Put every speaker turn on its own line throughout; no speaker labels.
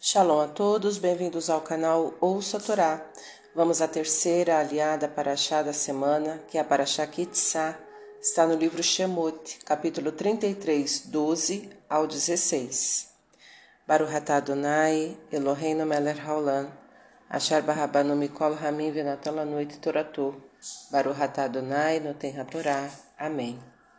Shalom a todos, bem-vindos ao canal Ouça a Torá. Vamos à terceira aliada Parashá da semana, que é a Parashá Kitzá, está no livro Shemot, capítulo 33, 12 ao 16. Baruch atah Adonai, Eloheinu melech haolam, asher barabanu mikol hamim venatan lanu et toratu. Baruch atah Adonai noten hatorá. Amém.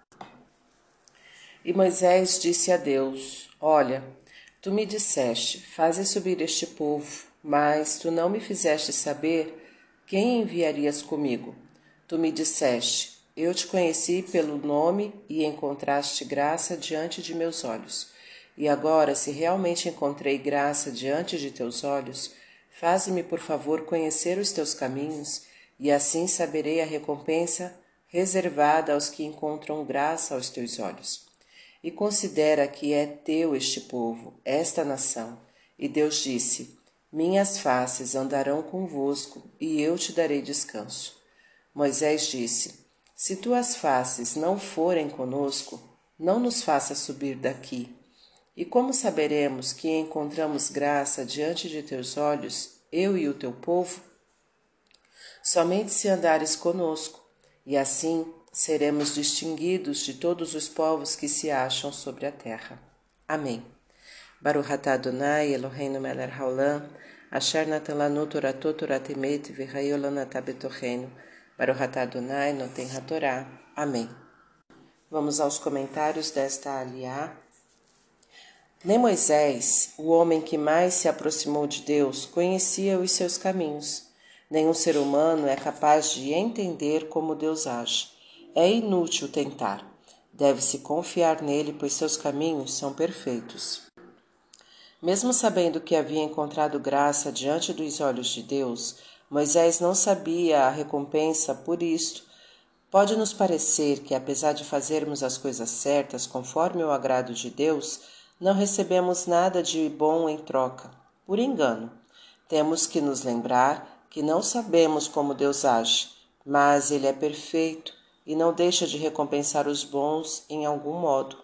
E Moisés disse a Deus: Olha, tu me disseste, faze subir este povo, mas tu não me fizeste saber quem enviarias comigo. Tu me disseste, eu te conheci pelo nome e encontraste graça diante de meus olhos. E agora, se realmente encontrei graça diante de teus olhos, faze-me, por favor, conhecer os teus caminhos, e assim saberei a recompensa reservada aos que encontram graça aos teus olhos. E considera que é teu este povo, esta nação. E Deus disse: Minhas faces andarão convosco, e eu te darei descanso. Moisés disse: Se tuas faces não forem conosco, não nos faças subir daqui. E como saberemos que encontramos graça diante de teus olhos, eu e o teu povo? Somente se andares conosco, e assim seremos distinguidos de todos os povos que se acham sobre a terra. Amém. Baruch atah Adonai, Eloheinu melech haolam, asher natan lanu toratot torat emet v'chayo lanu atah betocheinu. Baruch atah Adonai noten hatorá. Amém. Vamos aos comentários desta aliá. Nem Moisés, o homem que mais se aproximou de Deus, conhecia os seus caminhos. Nenhum ser humano é capaz de entender como Deus age. É inútil tentar. Deve-se confiar nele, pois seus caminhos são perfeitos. Mesmo sabendo que havia encontrado graça diante dos olhos de Deus, Moisés não sabia a recompensa por isto. Pode nos parecer que, apesar de fazermos as coisas certas conforme o agrado de Deus, não recebemos nada de bom em troca. Por engano. Temos que nos lembrar que não sabemos como Deus age, mas Ele é perfeito e não deixa de recompensar os bons em algum modo.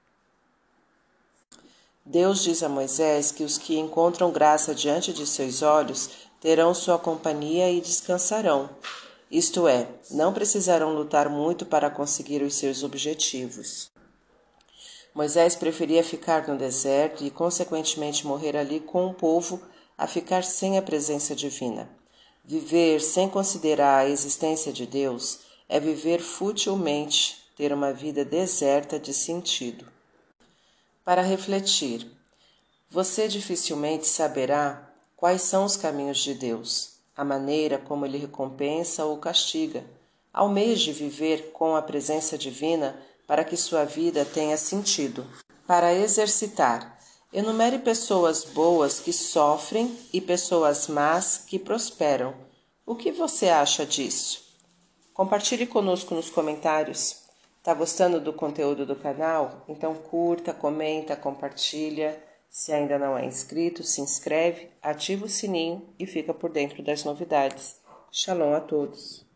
Deus diz a Moisés que os que encontram graça diante de seus olhos terão sua companhia e descansarão. Isto é, não precisarão lutar muito para conseguir os seus objetivos. Moisés preferia ficar no deserto e, consequentemente, morrer ali com o povo a ficar sem a presença divina. Viver sem considerar a existência de Deus é viver futilmente, ter uma vida deserta de sentido. Para refletir, você dificilmente saberá quais são os caminhos de Deus, a maneira como Ele recompensa ou castiga. Almeje viver com a presença divina para que sua vida tenha sentido. Para exercitar, enumere pessoas boas que sofrem e pessoas más que prosperam. O que você acha disso? Compartilhe conosco nos comentários. Tá gostando do conteúdo do canal? Então curta, comenta, compartilha. Se ainda não é inscrito, se inscreve, ativa o sininho e fica por dentro das novidades. Shalom a todos!